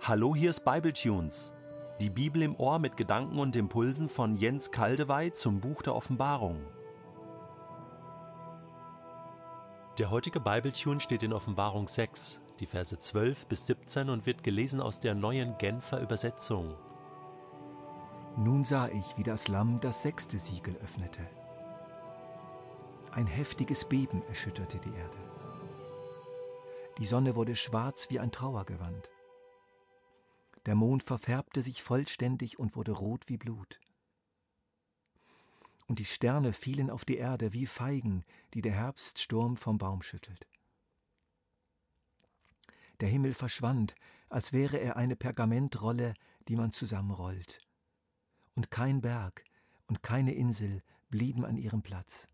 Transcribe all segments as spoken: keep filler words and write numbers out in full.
Hallo, hier ist Bibletunes. Die Bibel im Ohr mit Gedanken und Impulsen von Jens Kaldewey zum Buch der Offenbarung. Der heutige Bibletune steht in Offenbarung sechs, die Verse zwölf bis siebzehn und wird gelesen aus der neuen Genfer Übersetzung. Nun sah ich, wie das Lamm das sechste Siegel öffnete. Ein heftiges Beben erschütterte die Erde. Die Sonne wurde schwarz wie ein Trauergewand. Der Mond verfärbte sich vollständig und wurde rot wie Blut. Und die Sterne fielen auf die Erde wie Feigen, die der Herbststurm vom Baum schüttelt. Der Himmel verschwand, als wäre er eine Pergamentrolle, die man zusammenrollt. Und kein Berg und keine Insel blieben an ihrem Platz.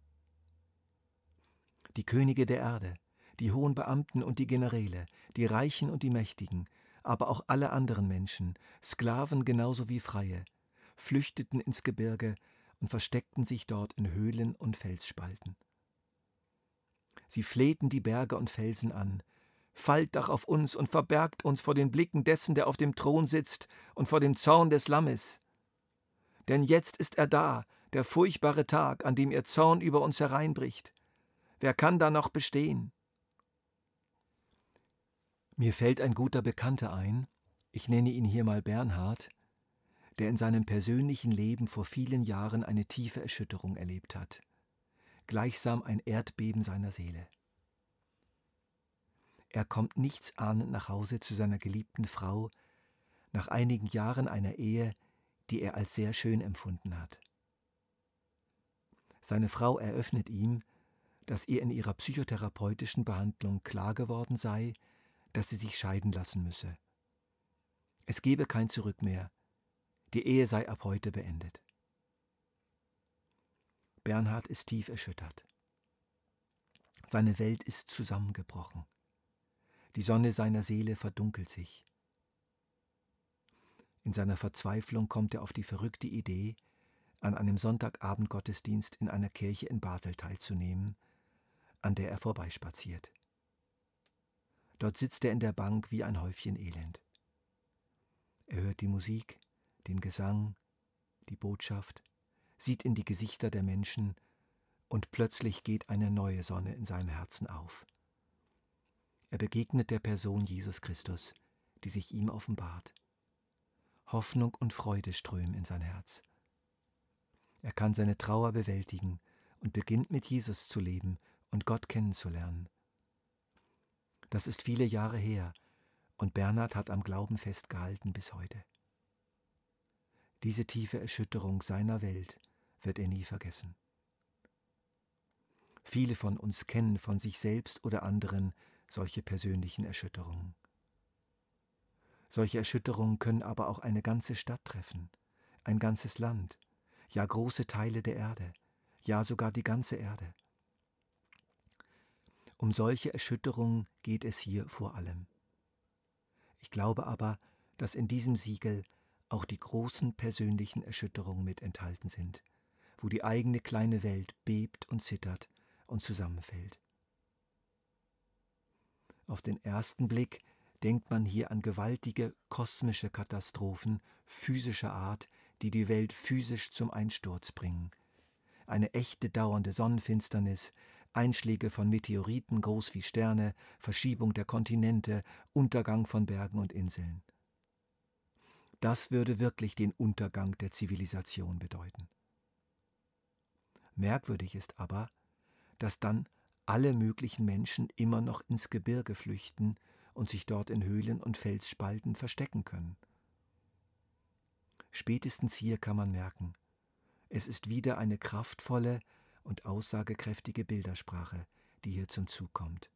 Die Könige der Erde, die hohen Beamten und die Generäle, die Reichen und die Mächtigen, aber auch alle anderen Menschen, Sklaven genauso wie Freie, flüchteten ins Gebirge und versteckten sich dort in Höhlen und Felsspalten. Sie flehten die Berge und Felsen an: Fallt doch auf uns und verbergt uns vor den Blicken dessen, der auf dem Thron sitzt, und vor dem Zorn des Lammes. Denn jetzt ist er da, der furchtbare Tag, an dem ihr Zorn über uns hereinbricht. Wer kann da noch bestehen? Mir fällt ein guter Bekannter ein, ich nenne ihn hier mal Bernhard, der in seinem persönlichen Leben vor vielen Jahren eine tiefe Erschütterung erlebt hat, gleichsam ein Erdbeben seiner Seele. Er kommt nichtsahnend nach Hause zu seiner geliebten Frau, nach einigen Jahren einer Ehe, die er als sehr schön empfunden hat. Seine Frau eröffnet ihm, dass ihr in ihrer psychotherapeutischen Behandlung klar geworden sei, dass sie sich scheiden lassen müsse. Es gebe kein Zurück mehr. Die Ehe sei ab heute beendet. Bernhard ist tief erschüttert. Seine Welt ist zusammengebrochen. Die Sonne seiner Seele verdunkelt sich. In seiner Verzweiflung kommt er auf die verrückte Idee, an einem Sonntagabendgottesdienst in einer Kirche in Basel teilzunehmen, an der er vorbeispaziert. Dort sitzt er in der Bank wie ein Häufchen Elend. Er hört die Musik, den Gesang, die Botschaft, sieht in die Gesichter der Menschen und plötzlich geht eine neue Sonne in seinem Herzen auf. Er begegnet der Person Jesus Christus, die sich ihm offenbart. Hoffnung und Freude strömen in sein Herz. Er kann seine Trauer bewältigen und beginnt mit Jesus zu leben und Gott kennenzulernen. Das ist viele Jahre her und Bernhard hat am Glauben festgehalten bis heute. Diese tiefe Erschütterung seiner Welt wird er nie vergessen. Viele von uns kennen von sich selbst oder anderen solche persönlichen Erschütterungen. Solche Erschütterungen können aber auch eine ganze Stadt treffen, ein ganzes Land, ja große Teile der Erde, ja sogar die ganze Erde. Um solche Erschütterungen geht es hier vor allem. Ich glaube aber, dass in diesem Siegel auch die großen persönlichen Erschütterungen mit enthalten sind, wo die eigene kleine Welt bebt und zittert und zusammenfällt. Auf den ersten Blick denkt man hier an gewaltige kosmische Katastrophen physischer Art, die die Welt physisch zum Einsturz bringen. Eine echte dauernde Sonnenfinsternis, Einschläge von Meteoriten groß wie Sterne, Verschiebung der Kontinente, Untergang von Bergen und Inseln. Das würde wirklich den Untergang der Zivilisation bedeuten. Merkwürdig ist aber, dass dann alle möglichen Menschen immer noch ins Gebirge flüchten und sich dort in Höhlen und Felsspalten verstecken können. Spätestens hier kann man merken, es ist wieder eine kraftvolle und aussagekräftige Bildersprache, die hier zum Zug kommt.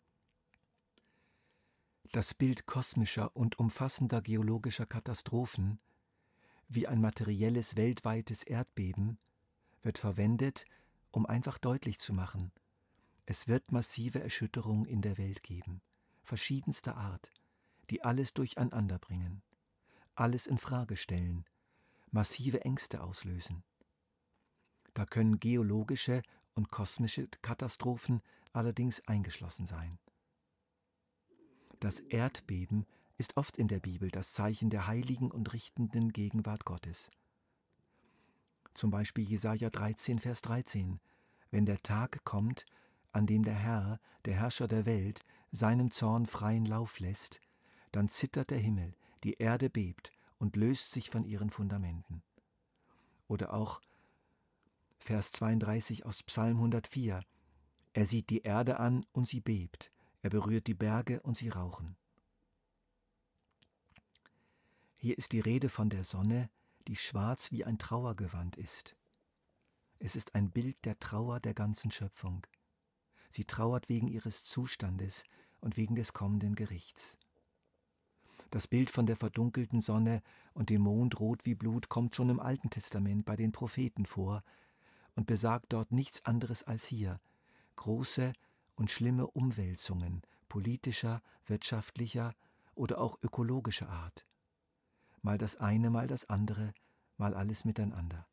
Das Bild kosmischer und umfassender geologischer Katastrophen, wie ein materielles weltweites Erdbeben, wird verwendet, um einfach deutlich zu machen, es wird massive Erschütterungen in der Welt geben, verschiedenster Art, die alles durcheinander bringen, alles in Frage stellen, massive Ängste auslösen. Da können geologische und kosmische Katastrophen allerdings eingeschlossen sein. Das Erdbeben ist oft in der Bibel das Zeichen der heiligen und richtenden Gegenwart Gottes. Zum Beispiel Jesaja dreizehn, Vers dreizehn: Wenn der Tag kommt, an dem der Herr, der Herrscher der Welt, seinem Zorn freien Lauf lässt, dann zittert der Himmel, die Erde bebt und löst sich von ihren Fundamenten. Oder auch Vers zweiunddreißig aus Psalm hundertvier: Er sieht die Erde an und sie bebt, er berührt die Berge und sie rauchen. Hier ist die Rede von der Sonne, die schwarz wie ein Trauergewand ist. Es ist ein Bild der Trauer der ganzen Schöpfung. Sie trauert wegen ihres Zustandes und wegen des kommenden Gerichts. Das Bild von der verdunkelten Sonne und dem Mond rot wie Blut kommt schon im Alten Testament bei den Propheten vor und besagt dort nichts anderes als hier: große und schlimme Umwälzungen politischer, wirtschaftlicher oder auch ökologischer Art. Mal das eine, mal das andere, mal alles miteinander.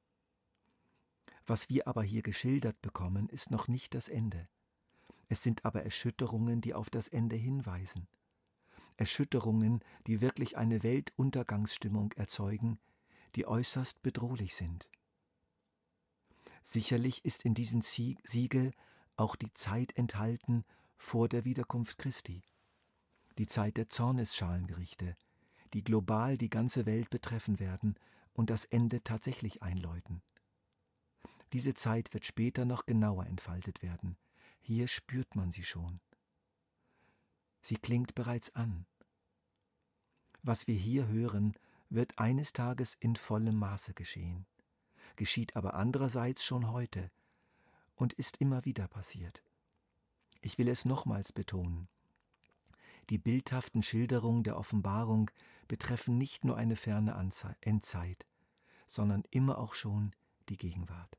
Was wir aber hier geschildert bekommen, ist noch nicht das Ende. Es sind aber Erschütterungen, die auf das Ende hinweisen. Erschütterungen, die wirklich eine Weltuntergangsstimmung erzeugen, die äußerst bedrohlich sind. Sicherlich ist in diesem Siegel auch die Zeit enthalten vor der Wiederkunft Christi, die Zeit der Zornesschalengerichte, die global die ganze Welt betreffen werden und das Ende tatsächlich einläuten. Diese Zeit wird später noch genauer entfaltet werden. Hier spürt man sie schon. Sie klingt bereits an. Was wir hier hören, wird eines Tages in vollem Maße geschehen, geschieht aber andererseits schon heute und ist immer wieder passiert. Ich will es nochmals betonen: Die bildhaften Schilderungen der Offenbarung betreffen nicht nur eine ferne Endzeit, sondern immer auch schon die Gegenwart.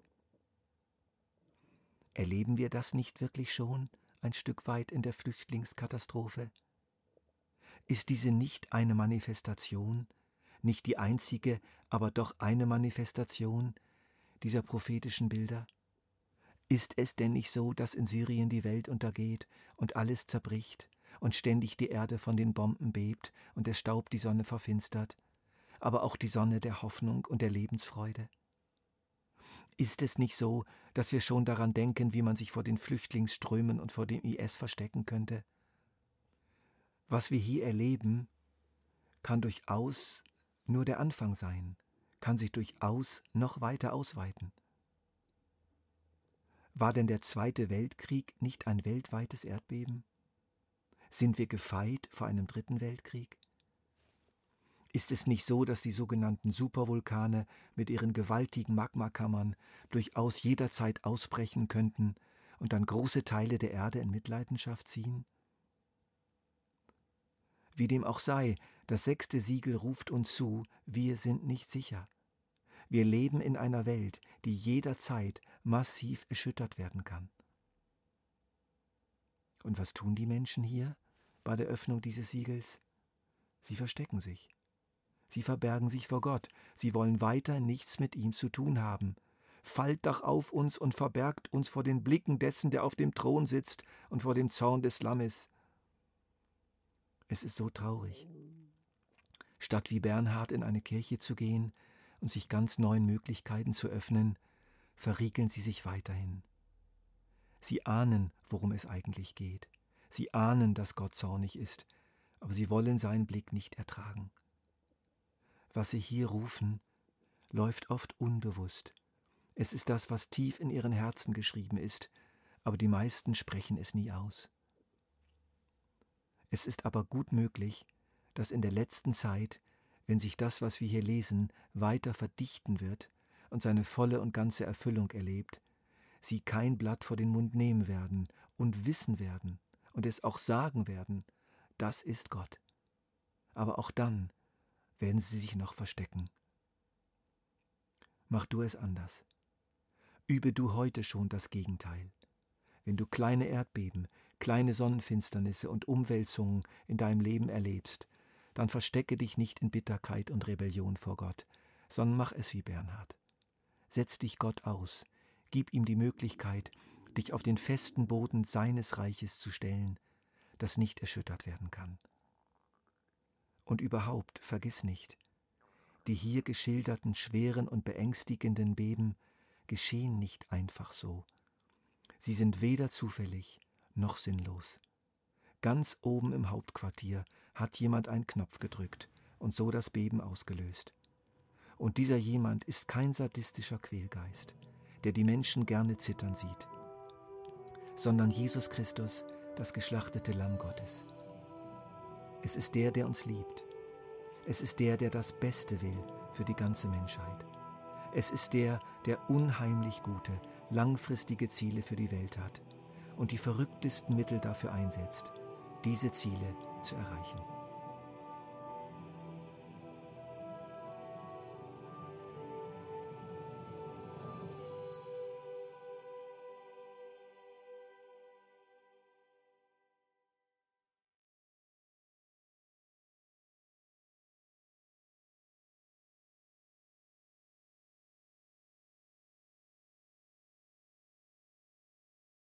Erleben wir das nicht wirklich schon ein Stück weit in der Flüchtlingskatastrophe? Ist diese nicht eine Manifestation, nicht die einzige, aber doch eine Manifestation dieser prophetischen Bilder? Ist es denn nicht so, dass in Syrien die Welt untergeht und alles zerbricht und ständig die Erde von den Bomben bebt und der Staub die Sonne verfinstert, aber auch die Sonne der Hoffnung und der Lebensfreude? Ist es nicht so, dass wir schon daran denken, wie man sich vor den Flüchtlingsströmen und vor dem I S verstecken könnte? Was wir hier erleben, kann durchaus nur der Anfang sein, kann sich durchaus noch weiter ausweiten. War denn der Zweite Weltkrieg nicht ein weltweites Erdbeben? Sind wir gefeit vor einem dritten Weltkrieg? Ist es nicht so, dass die sogenannten Supervulkane mit ihren gewaltigen Magmakammern durchaus jederzeit ausbrechen könnten und dann große Teile der Erde in Mitleidenschaft ziehen? Wie dem auch sei, das sechste Siegel ruft uns zu: Wir sind nicht sicher. Wir leben in einer Welt, die jederzeit massiv erschüttert werden kann. Und was tun die Menschen hier bei der Öffnung dieses Siegels? Sie verstecken sich. Sie verbergen sich vor Gott. Sie wollen weiter nichts mit ihm zu tun haben. Fallt doch auf uns und verbergt uns vor den Blicken dessen, der auf dem Thron sitzt, und vor dem Zorn des Lammes. Es ist so traurig. Statt wie Bernhard in eine Kirche zu gehen und sich ganz neuen Möglichkeiten zu öffnen, verriegeln sie sich weiterhin. Sie ahnen, worum es eigentlich geht. Sie ahnen, dass Gott zornig ist, aber sie wollen seinen Blick nicht ertragen. Was sie hier rufen, läuft oft unbewusst. Es ist das, was tief in ihren Herzen geschrieben ist, aber die meisten sprechen es nie aus. Es ist aber gut möglich, dass in der letzten Zeit, wenn sich das, was wir hier lesen, weiter verdichten wird und seine volle und ganze Erfüllung erlebt, sie kein Blatt vor den Mund nehmen werden und wissen werden und es auch sagen werden: Das ist Gott. Aber auch dann werden sie sich noch verstecken. Mach du es anders. Übe du heute schon das Gegenteil. Wenn du kleine Erdbeben, kleine Sonnenfinsternisse und Umwälzungen in deinem Leben erlebst, dann verstecke dich nicht in Bitterkeit und Rebellion vor Gott, sondern mach es wie Bernhard. Setz dich Gott aus, gib ihm die Möglichkeit, dich auf den festen Boden seines Reiches zu stellen, das nicht erschüttert werden kann. Und überhaupt, vergiss nicht, die hier geschilderten schweren und beängstigenden Beben geschehen nicht einfach so. Sie sind weder zufällig noch sinnlos. Ganz oben im Hauptquartier hat jemand einen Knopf gedrückt und so das Beben ausgelöst. Und dieser jemand ist kein sadistischer Quälgeist, der die Menschen gerne zittern sieht, sondern Jesus Christus, das geschlachtete Lamm Gottes. Es ist der, der uns liebt. Es ist der, der das Beste will für die ganze Menschheit. Es ist der, der unheimlich gute, langfristige Ziele für die Welt hat und die verrücktesten Mittel dafür einsetzt, diese Ziele zu erreichen.